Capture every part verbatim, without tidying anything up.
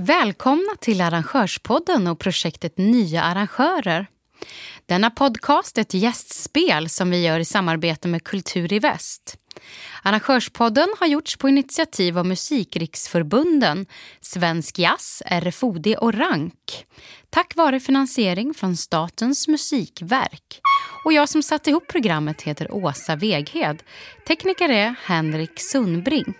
Välkomna till Arrangörspodden och projektet Nya Arrangörer. Denna podcast är ett gästspel som vi gör i samarbete med Kultur i Väst. Arrangörspodden har gjorts på initiativ av Musikriksförbunden, Svensk Jazz, R F O D och Rank. Tack vare finansiering från Statens musikverk. Och jag som satt ihop programmet heter Åsa Weghed. Tekniker är Henrik Sundbring.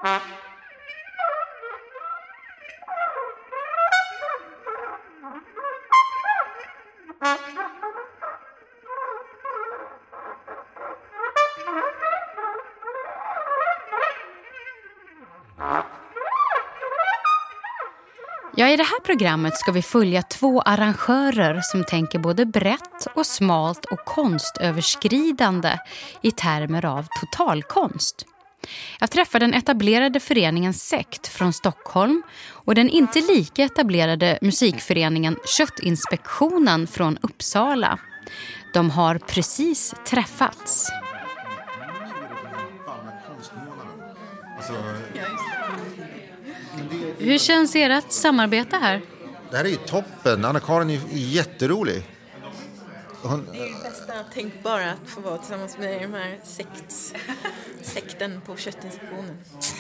Ja, i det här programmet ska vi följa två arrangörer som tänker både brett och smalt och konstöverskridande i termer av totalkonst. Jag träffade den etablerade föreningen Sekt från Stockholm och den inte lika etablerade musikföreningen Köttinspektionen från Uppsala. De har precis träffats. Hur känns ert samarbete här? Det här är ju toppen. Anna-Karin är jätterolig. Hon... Det är ju bästa tänkbara att få vara tillsammans med de här sekt... sekten på Köttinspektionen.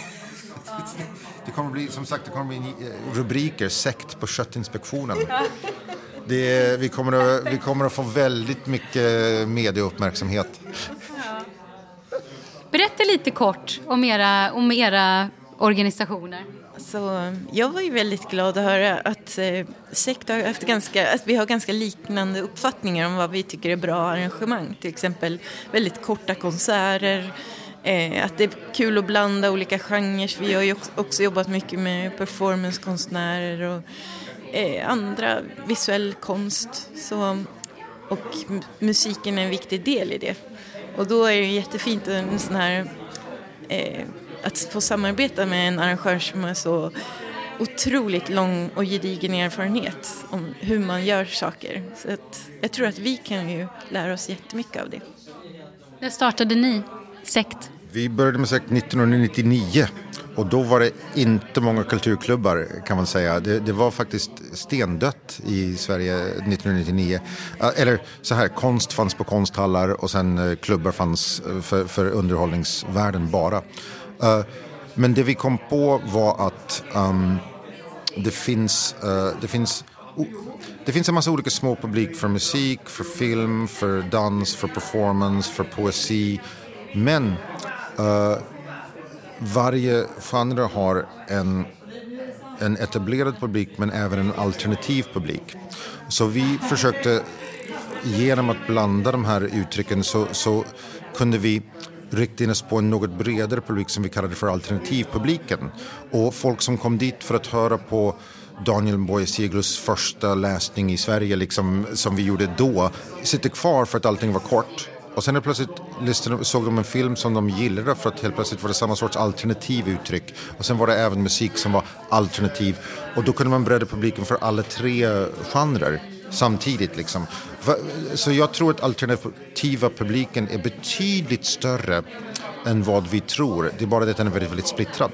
Det kommer bli, som sagt, det kommer bli rubriker sekt på Köttinspektionen. Det är, vi, kommer att, vi kommer att få väldigt mycket medieuppmärksamhet. Ja. Berätta lite kort om era, om era organisationer. Så jag var ju väldigt glad att höra att eh, Sekt har haft ganska, att vi har ganska liknande uppfattningar om vad vi tycker är bra arrangemang. Till exempel väldigt korta konserter, eh, att det är kul att blanda olika genrer. Vi har ju också jobbat mycket med performancekonstnärer och eh, andra visuell konst. Så, och m- musiken är en viktig del i det. Och då är det jättefint en sån här... Eh, att få samarbeta med en arrangör som har så otroligt lång och gedigen erfarenhet om hur man gör saker. Så att jag tror att vi kan ju lära oss jättemycket av det. När startade ni Sekt? Vi började med Sekt nittonhundranittionio och då var det inte många kulturklubbar, kan man säga. Det, det var faktiskt stendött i Sverige nittonhundranittionio. Eller så här, konst fanns på konsthallar och sen klubbar fanns för, för underhållningsvärlden bara. Uh, men det vi kom på var att um, det finns uh, det finns o- det finns en massa olika små publik för musik, för film, för dans, för performance, för poesi. Men uh, varje genre har en en etablerad publik men även en alternativ publik. Så vi försökte genom att blanda de här uttrycken så, så kunde vi rikta in oss på en något bredare publik som vi kallade för alternativpubliken. Och folk som kom dit för att höra på Daniel Boye-Siglus första läsning i Sverige liksom, som vi gjorde då, sitter kvar för att allting var kort. Och sen plötsligt lyssnade, såg de en film som de gillade för att helt plötsligt var det samma sorts alternativ uttryck. Och sen var det även musik som var alternativ. Och då kunde man bredda publiken för alla tre genrer samtidigt liksom. Så jag tror att alternativa publiken är betydligt större än vad vi tror. Det är bara det att den är väldigt, väldigt splittrad.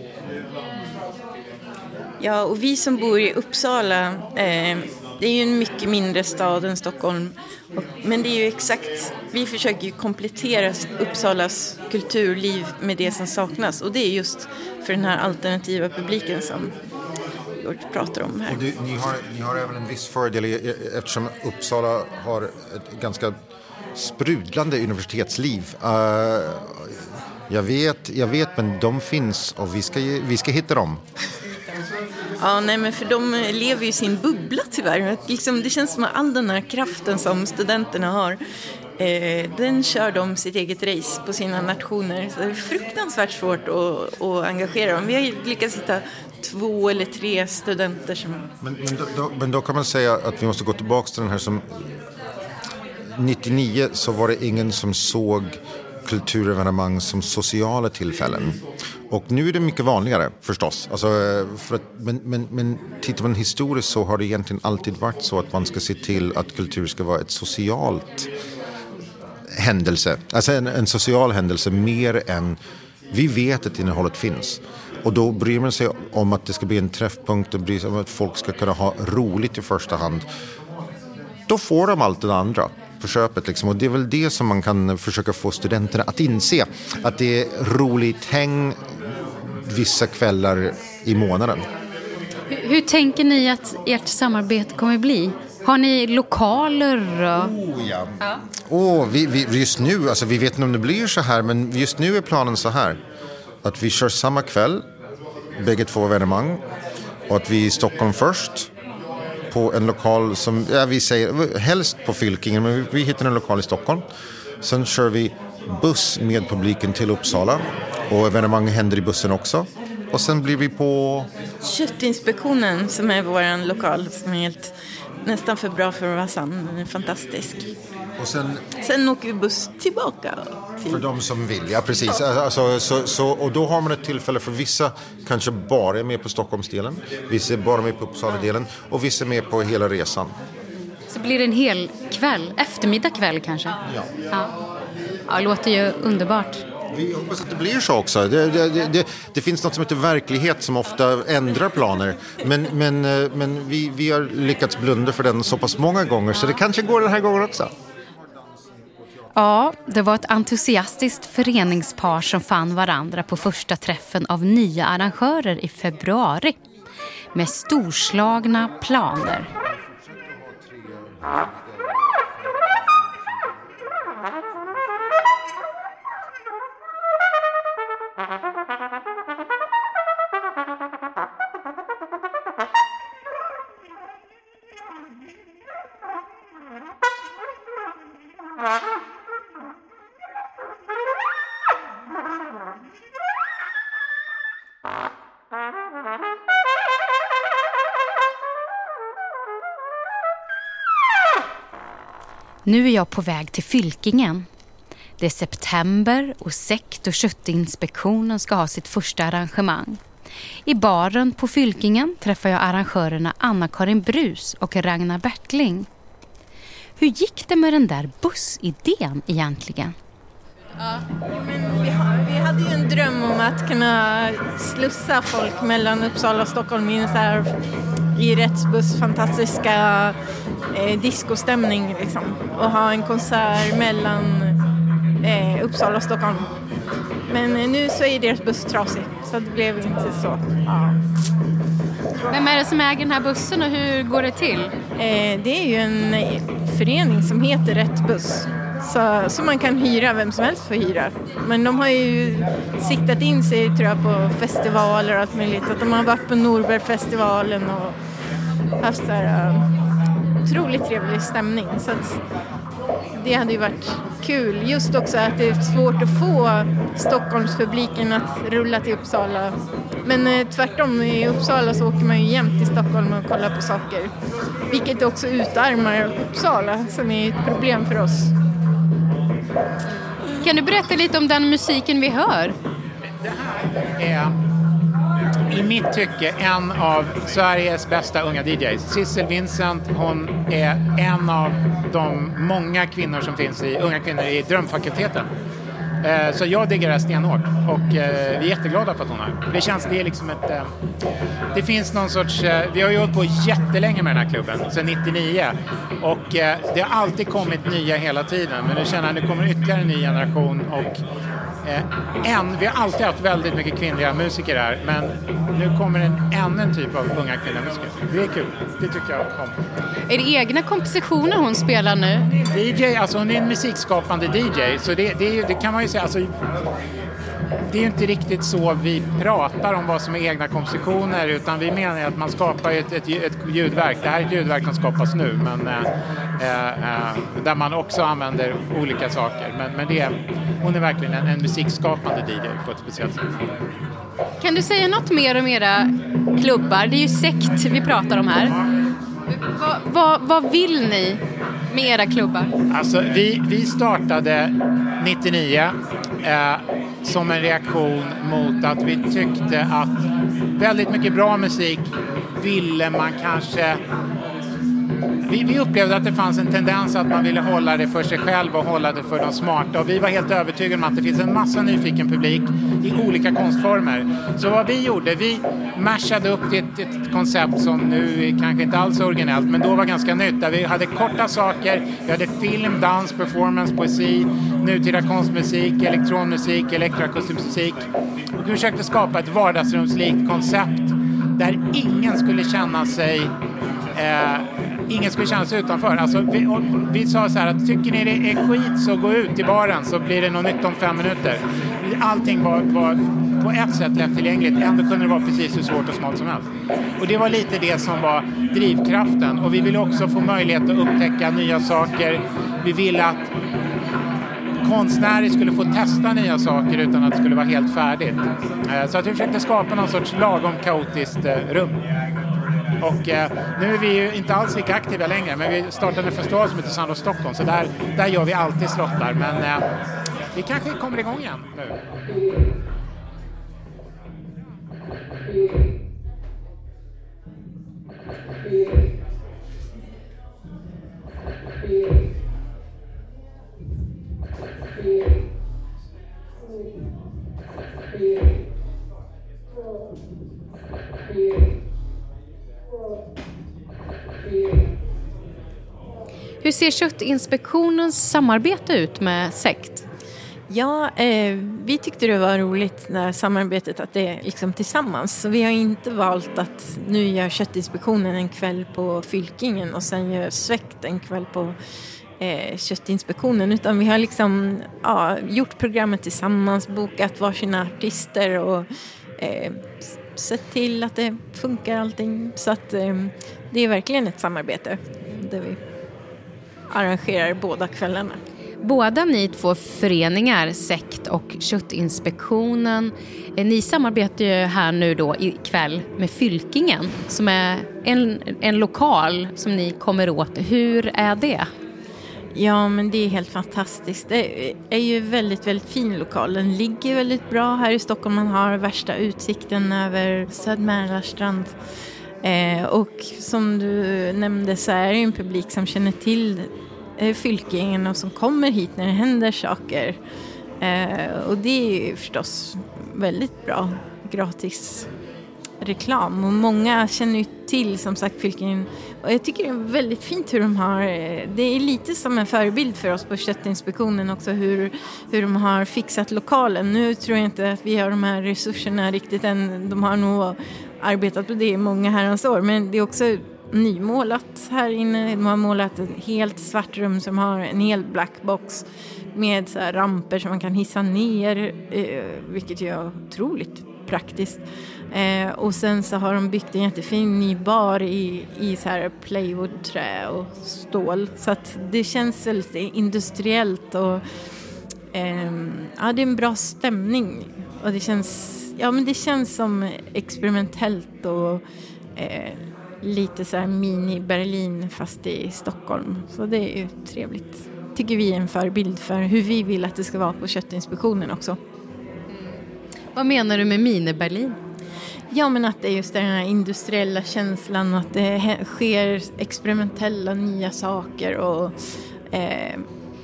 Ja, och vi som bor i Uppsala, eh, det är ju en mycket mindre stad än Stockholm. Och, men det är ju exakt, vi försöker ju komplettera Uppsalas kulturliv med det som saknas. Och det är just för den här alternativa publiken som pratar om här. Och du, ni, har, ni har även en viss fördel eftersom Uppsala har ett ganska sprudlande universitetsliv. Uh, jag vet, jag vet, men de finns och vi ska, vi ska hitta dem. Ja, nej, men för de lever ju sin bubbla tyvärr. Liksom, det känns som att all den här kraften som studenterna har, eh, den kör de sitt eget race på sina nationer. Så det är fruktansvärt svårt att, att engagera dem. Vi har lyckats hitta två eller tre studenter som... Men, men, då, då, men då kan man säga att vi måste gå tillbaka till den här som... nittionio så var det ingen som såg kulturevenemang som sociala tillfällen. Och nu är det mycket vanligare förstås. Alltså, för att, men, men, men tittar man historiskt så har det egentligen alltid varit så att man ska se till att kultur ska vara ett socialt händelse. Alltså en, en social händelse mer än... Vi vet att innehållet finns. Och då bryr man sig om att det ska bli en träffpunkt och bryr sig om att folk ska kunna ha roligt i första hand. Då får de allt det andra på köpet liksom. Och det är väl det som man kan försöka få studenterna att inse. Att det är roligt häng vissa kvällar i månaden. Hur, hur tänker ni att ert samarbete kommer bli? Har ni lokaler? Och... Oh ja. ja. Oh, vi, vi, just nu, alltså vi vet inte om det blir så här, men just nu är planen så här. Att vi kör samma kväll, bägge två evenemang. Och att vi är i Stockholm först. På en lokal som, ja, vi säger, helst på Fylkingen, men vi, vi hittar en lokal i Stockholm. Sen kör vi buss med publiken till Uppsala. Och evenemang händer i bussen också. Och sen blir vi på... Köttinspektionen som är vår lokal som är helt, nästan för bra för att vara sann. Den är fantastisk. Och sen, sen åker vi buss tillbaka. Till... För de som vill, ja precis. Alltså, så, så, och då har man ett tillfälle för vissa kanske bara är med på Stockholmsdelen. Vissa är bara med på Uppsala-delen. Och vissa är med på hela resan. Så blir det en hel kväll, eftermiddag kväll kanske? Ja. Ja, ja det låter ju underbart. Vi hoppas att det blir så också. Det, det, det, det finns något som heter verklighet som ofta ändrar planer. Men, men, men vi, vi har lyckats blunda för den så pass många gånger. Så det kanske går den här gången också. Ja, det var ett entusiastiskt föreningspar som fann varandra på första träffen av nya arrangörer i februari. Med storslagna planer. Nu är jag på väg till Fylkingen. Det är september och sekt- och köttinspektionen ska ha sitt första arrangemang. I baren på Fylkingen träffar jag arrangörerna Anna-Karin Brus och Ragnar Bertling. Hur gick det med den där bussidén egentligen? Ja, men vi, har, vi hade ju en dröm om att kunna slussa folk mellan Uppsala och Stockholm i en så här, i rättsbuss fantastiska eh, discostämning liksom, och ha en konsert mellan eh, Uppsala och Stockholm. Men eh, nu så är deras buss trasig så det blev inte så. Ja. Vem är det som äger den här bussen och hur går det till? Eh, det är ju en eh, förening som heter Rättbuss. Så, så man kan hyra, vem som helst får hyra. Men de har ju siktat in sig tror jag, på festivaler och allt möjligt. Att de har varit på Norbergfestivalen och haft så här uh, otroligt trevlig stämning. Så att det hade ju varit kul. Just också att det är svårt att få Stockholmspubliken att rulla till Uppsala. Men eh, tvärtom, i Uppsala så åker man ju jämt till Stockholm och kollar på saker. Vilket också utarmar Uppsala som är ett problem för oss. Kan du berätta lite om den musiken vi hör? Det här är i mitt tycke en av Sveriges bästa unga D Js. Sissel Vincent, hon är en av de många kvinnor som finns i unga kvinnor i Drömfakulteten. Så jag diggar det stenhårt och vi är jätteglada för att hon har. Det känns, det är liksom ett... Det finns någon sorts... Vi har ju hållit på jättelänge med den här klubben, sedan nittionio. Och det har alltid kommit nya hela tiden. Men nu känner jag att det kommer ytterligare en ny generation och... En, vi har alltid haft väldigt mycket kvinnliga musiker här, men nu kommer en ännu en typ av unga kvinnliga musiker. Det är kul, det tycker jag om. Är det egna kompositioner hon spelar nu? D J, alltså hon är en musikskapande D J, så det, det, det kan man ju säga, alltså, det är ju inte riktigt så vi pratar om vad som är egna kompositioner, utan vi menar att man skapar ett, ett, ett ljudverk. Det här är ett ljudverk som skapas nu, men äh, äh, där man också använder olika saker. Men, men det är, hon är verkligen en, en musikskapande D J på ett speciellt sätt. Kan du säga något mer om era klubbar? Det är ju sekt vi pratar om här. Va, va, vad vill ni med era klubbar? Alltså, vi, vi startade nittionio eh, som en reaktion mot att vi tyckte att väldigt mycket bra musik ville man kanske vi, vi upplevde att det fanns en tendens att man ville hålla det för sig själv och hålla det för de smarta. Och vi var helt övertygade om att det finns en massa nyfiken publik i olika konstformer. Så vad vi gjorde, vi mashade upp ett, ett koncept som nu kanske inte alls är originellt, men då var ganska nytt. Där vi hade korta saker, vi hade film, dans, performance, poesi, nutida konstmusik, elektronmusik, elektroakustisk musik. Och vi försökte skapa ett vardagsrumslikt koncept där ingen skulle känna sig eh, ingen skulle känna sig utanför. Alltså, vi, vi sa så här att tycker ni det är skit så gå ut i baren så blir det något nytt om fem minuter. Allting var, var på ett sätt lättillgängligt. Ändå kunde det vara precis hur svårt och smalt som helst. Och det var lite det som var drivkraften. Och vi ville också få möjlighet att upptäcka nya saker. Vi ville att konstnärer skulle få testa nya saker utan att det skulle vara helt färdigt. Så att vi försökte skapa någon sorts lagom kaotiskt rum. Och eh, nu är vi ju inte alls lika aktiva längre, men vi startade en festival som heter Sound of Stockholm, så där, där gör vi alltid slottar, men eh, vi kanske kommer igång igen nu. Hur ser Köttinspektionens samarbete ut med Sekt? Ja, eh, vi tyckte det var roligt när samarbetet att det är liksom tillsammans. Så vi har inte valt att nu gör Köttinspektionen en kväll på Fylkingen och sen gör Sekt en kväll på eh, Köttinspektionen. Utan vi har liksom ja, gjort programmet tillsammans, bokat varsina artister och eh, sett till att det funkar allting. Så att eh, det är verkligen ett samarbete där vi arrangerar båda kvällarna. Båda ni två föreningar, Sekt och Köttinspektionen, ni samarbetar ju här nu då ikväll med Fylkingen som är en, en lokal som ni kommer åt. Hur är det? Ja, men det är helt fantastiskt. Det är ju väldigt, väldigt fin lokal. Den ligger väldigt bra här i Stockholm. Man har värsta utsikten över Södermälarstrand. Eh, och som du nämnde så är det en publik som känner till eh, Fylkingen och som kommer hit när det händer saker. Eh, och det är ju förstås väldigt bra gratis reklam. Och många känner ju till som sagt Fylkingen. Och jag tycker det är väldigt fint hur de har, det är lite som en förebild för oss på Köttinspektionen också hur, hur de har fixat lokalen. Nu tror jag inte att vi har de här resurserna riktigt än. De har nog arbetat på det i många herrans år. Men det är också nymålat här inne. De har målat ett helt svart rum som har en hel black box med så här ramper som man kan hissa ner, eh, vilket är otroligt praktiskt. Eh, och sen så har de byggt en jättefin ny bar i, i så här plywood, trä och stål. Så att det känns väldigt industriellt och eh, ja, det är en bra stämning. Och det känns, ja, men det känns som experimentellt och eh, lite så här mini-Berlin fast i Stockholm. Så det är ju trevligt. Tycker vi är en förebild för hur vi vill att det ska vara på Köttinspektionen också. Vad menar du med mini-Berlin? Ja, men att det är just den här industriella känslan och att det sker experimentella nya saker och eh,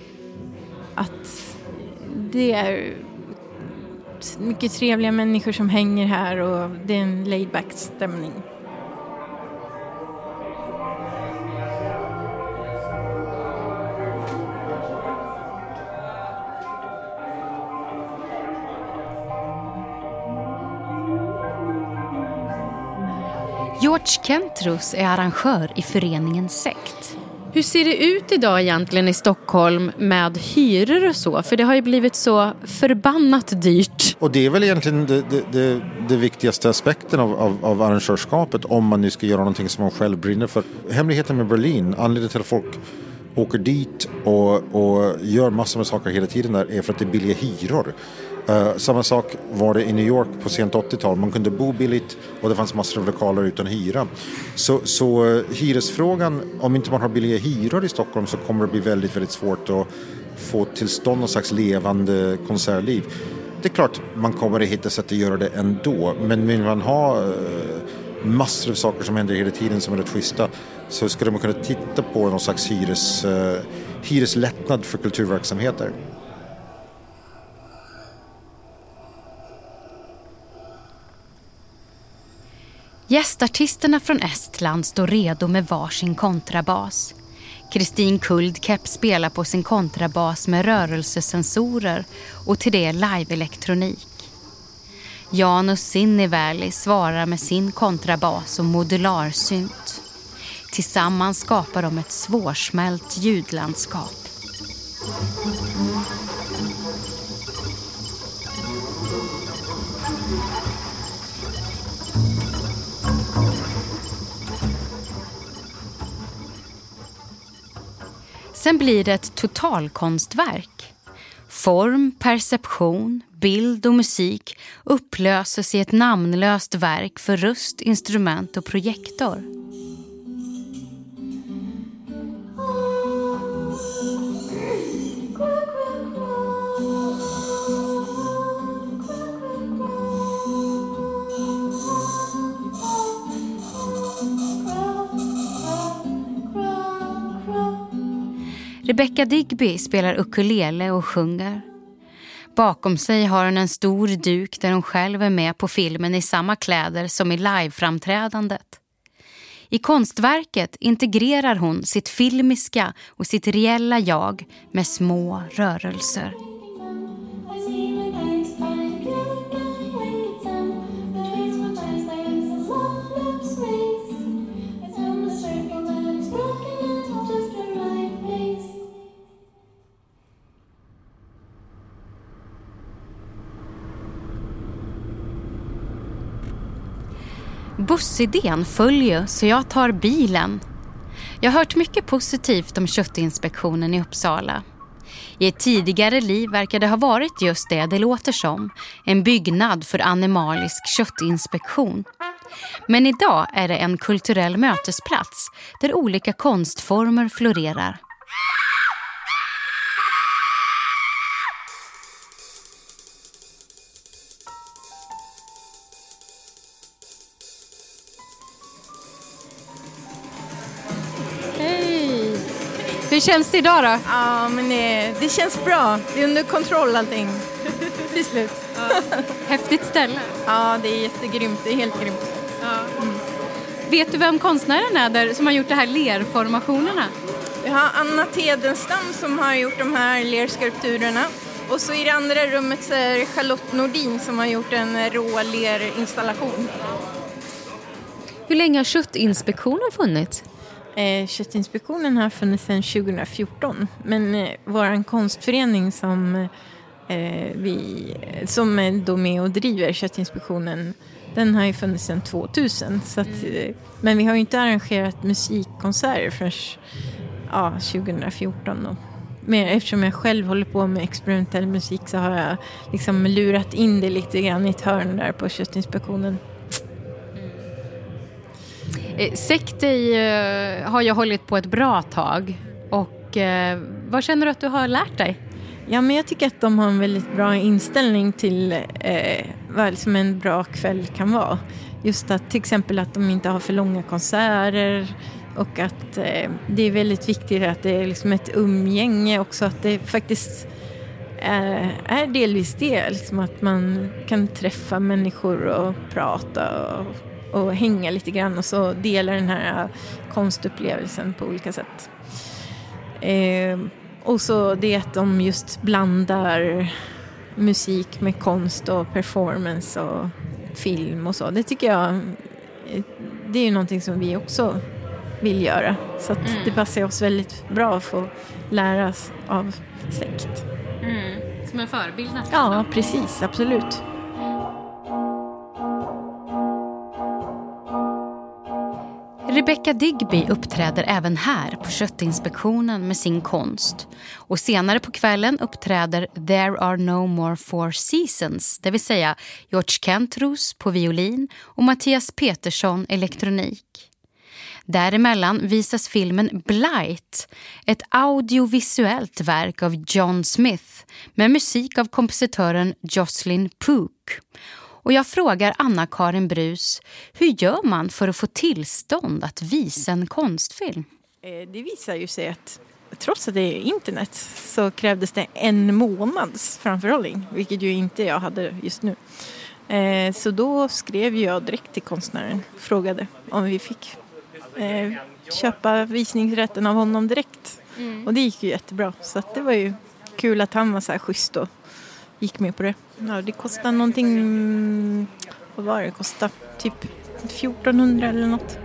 att det är mycket trevliga människor som hänger här och det är en laid-back stämning. George Kentrus är arrangör i föreningen Sekt. Hur ser det ut idag egentligen i Stockholm med hyror och så? För det har ju blivit så förbannat dyrt. Och det är väl egentligen det, det, det, det viktigaste aspekten av, av, av arrangörskapet om man nu ska göra någonting som man själv brinner för. Hemligheten med Berlin, anledningen till att folk åker dit och, och gör massor med saker hela tiden där är för att det är billiga hyror. Uh, samma sak var det i New York på sent åttiotal. Man kunde bo billigt och det fanns massor av lokaler utan hyra. Så, så uh, hyresfrågan, om inte man har billiga hyror i Stockholm så kommer det bli väldigt, väldigt svårt att få tillstånd någon slags levande konsertliv. Det är klart man kommer att hitta sätt att göra det ändå. Men vill man ha uh, massor av saker som händer hela tiden som är rätt schyssta, så skulle man kunna titta på någon slags hyres, uh, hyreslättnad för kulturverksamheter. Gästartisterna från Estland står redo med varsin kontrabas. Kristin Kuldkepp spelar på sin kontrabas med rörelsesensorer och till det live-elektronik. Janus Sinniväli svarar med sin kontrabas och modularsynt. Tillsammans skapar de ett svårsmält ljudlandskap. Sen blir det ett totalkonstverk. Form, perception, bild och musik upplöses i ett namnlöst verk för röst, instrument och projektor. Rebecca Digby spelar ukulele och sjunger. Bakom sig har hon en stor duk där hon själv är med på filmen i samma kläder som i liveframträdandet. I konstverket integrerar hon sitt filmiska och sitt reella jag med små rörelser. Bussidén följer så jag tar bilen. Jag har hört mycket positivt om köttinspektionen i Uppsala. I ett tidigare liv verkar det ha varit just det det låter som. En byggnad för animalisk köttinspektion. Men idag är det en kulturell mötesplats där olika konstformer florerar. Hur känns det idag då? Ja, men det, det känns bra. Det är under kontroll allting. Till slut. Ja. Häftigt ställe. Ja, det är jättegrymt. Det är helt grymt. Ja. Mm. Vet du vem konstnären är där som har gjort de här lerformationerna? Vi har Anna Tedenstam som har gjort de här lerskulpturerna. Och så i det andra rummet så är det Charlotte Nordin som har gjort en rå lerinstallation. Hur länge har köttinspektionen funnits? Eh, Köttinspektionen har funnits sedan tjugo fjorton, men eh, vår konstförening som, eh, vi, som är då med och driver Köttinspektionen, den har ju funnits sedan tvåtusen. Så att, eh, men vi har ju inte arrangerat musikkonserter förrän ja, tjugo fjorton. Då. Men eftersom jag själv håller på med experimentell musik så har jag liksom lurat in det lite grann i ett hörn där på Köttinspektionen. Sekti eh, har jag hållit på ett bra tag. Och eh, vad känner du att du har lärt dig? Ja, men jag tycker att de har en väldigt bra inställning till eh, vad som en bra kväll kan vara. Just att till exempel att de inte har för långa konserter och att eh, det är väldigt viktigt att det är liksom ett umgänge också, att det faktiskt är, är delvis det, liksom att man kan träffa människor och prata och och hänga lite grann och så dela den här konstupplevelsen på olika sätt. Eh, och så det att de just blandar musik med konst och performance och film och så. Det tycker jag, det är ju någonting som vi också vill göra. Så att mm. det passar oss väldigt bra att få lära oss av sekt. Mm. Som en förebild nästan. Ja, precis, absolut. Rebecca Digby uppträder även här på Köttinspektionen med sin konst. Och senare på kvällen uppträder There Are No More Four Seasons, det vill säga George Kentros på violin och Mattias Petersson elektronik. Däremellan visas filmen Blight, ett audiovisuellt verk av John Smith med musik av kompositören Jocelyn Pook. Och jag frågar Anna-Karin Brus, hur gör man för att få tillstånd att visa en konstfilm? Det visar ju sig att trots att det är internet så krävdes det en månads framförhållning, vilket ju inte jag hade just nu. Så då skrev jag direkt till konstnären, frågade om vi fick köpa visningsrätten av honom direkt. Mm. Och det gick ju jättebra, så att det var ju kul att han var så här schysst och gick med på det. Ja, det kostade någonting, vad var det kostade? Typ fjortonhundra eller något.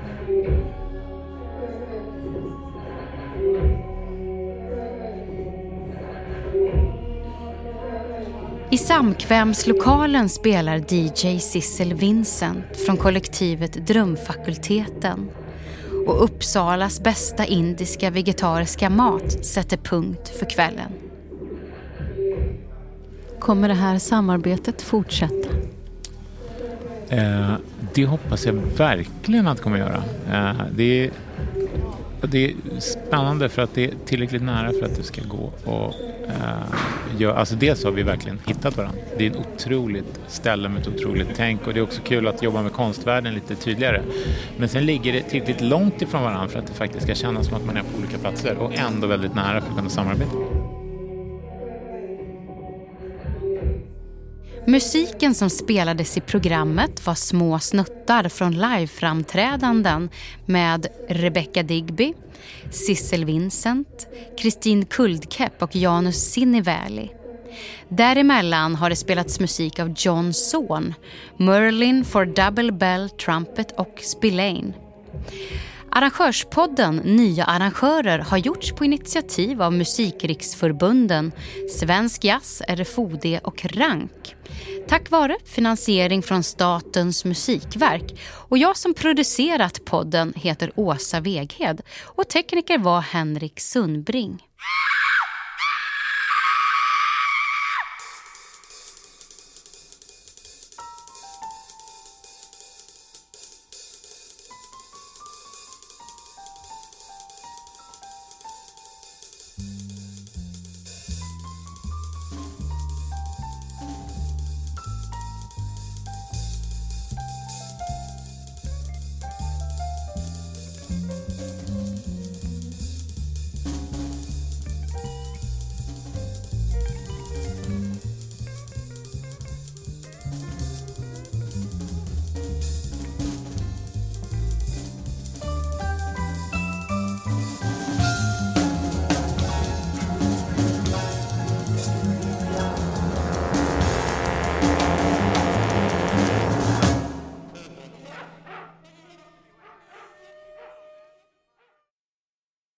I samkvämslokalen spelar D J Sissel Vincent från kollektivet Drömfakulteten. Och Uppsalas bästa indiska vegetariska mat sätter punkt för kvällen. Kommer det här samarbetet fortsätta? Eh, det hoppas jag verkligen att det kommer göra. Eh, det, är, det är spännande för att det är tillräckligt nära för att det ska gå. Och, eh, gör, alltså dels har vi verkligen hittat varandra. Det är ett otroligt ställe med ett otroligt tänk. Och det är också kul att jobba med konstvärlden lite tydligare. Men sen ligger det tillräckligt långt ifrån varandra för att det faktiskt ska kännas som att man är på olika platser. Och ändå väldigt nära för att kunna samarbeta. Musiken som spelades i programmet var små snuttar från liveframträdanden med Rebecca Digby, Sissel Vincent, Kristin Kuldkepp och Janus Siniväli. Däremellan har det spelats musik av John Zorn, Merlin for Double Bell Trumpet och Spillane. Arrangörspodden Nya arrangörer har gjorts på initiativ av Musikriksförbunden, Svensk Jazz, R F O D och Rank. Tack vare finansiering från Statens musikverk. Och jag som producerat podden heter Åsa Weghed och tekniker var Henrik Sundbring.